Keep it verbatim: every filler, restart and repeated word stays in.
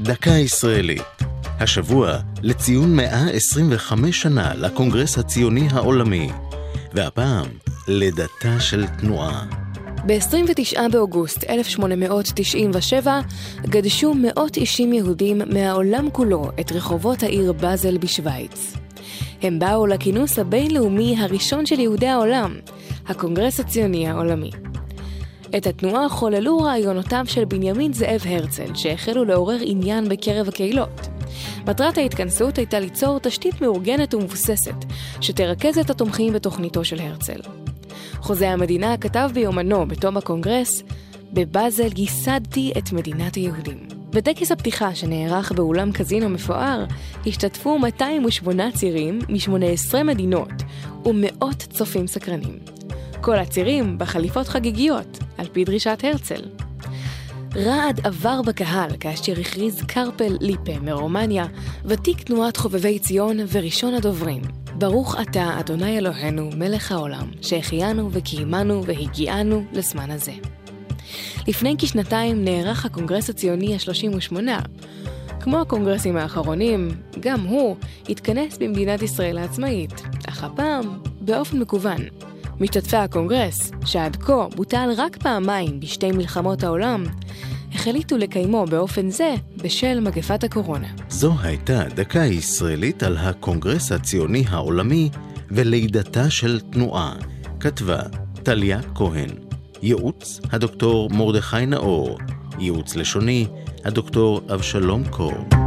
דקה ישראלית. השבוע לציון מאה עשרים וחמש שנה לקונגרס הציוני העולמי, והפעם לידתה של תנועה. ב-עשרים ותשעה באוגוסט אלף שמונה מאות תשעים ושבע גדשו מאות אישים יהודים מהעולם כולו את רחובות העיר באזל בשוויץ. הם באו לכינוס הבינלאומי הראשון של יהודי העולם, הקונגרס הציוני העולמי. את התנועה חוללו רעיונותיו של בנימין זאב הרצל, שהחלו לעורר עניין בקרב הקהילות. מטרת ההתכנסות הייתה ליצור תשתית מאורגנת ומבוססת, שתרכז את התומכים בתוכניתו של הרצל. חוזה המדינה כתב ביומנו בתום הקונגרס, בבאזל ייסדתי את מדינת היהודים. בטקס הפתיחה שנערך באולם קזינו מפואר, השתתפו מאתיים ושמונה צירים מ-שמונה עשרה מדינות ומאות צופים סקרנים. כל הצירים בחליפות חגיגיות, על פי דרישת הרצל. רעד עבר בקהל כאשר הכריז קרפל ליפה מרומניה, ותיק תנועת חובבי ציון וראשון הדוברים. ברוך אתה, אדוני אלוהינו, מלך העולם, שהחיינו וקיימנו והגיענו לזמן הזה. לפני כשנתיים נערך הקונגרס הציוני ה-שלושים ושמונה. כמו הקונגרסים האחרונים, גם הוא התכנס במדינת ישראל העצמאית, אך הפעם באופן מקוון. משתתפי הקונגרס, שעד כה בוטל רק פעמיים בשתי מלחמות העולם, החליטו לקיימו באופן זה בשל מגפת הקורונה. זו הייתה דקה ישראלית על הקונגרס הציוני העולמי ולידתה של תנועה. כתבה טליה כהן. ייעוץ הדוקטור מרדכי נאור. ייעוץ לשוני הדוקטור אבשלום קור.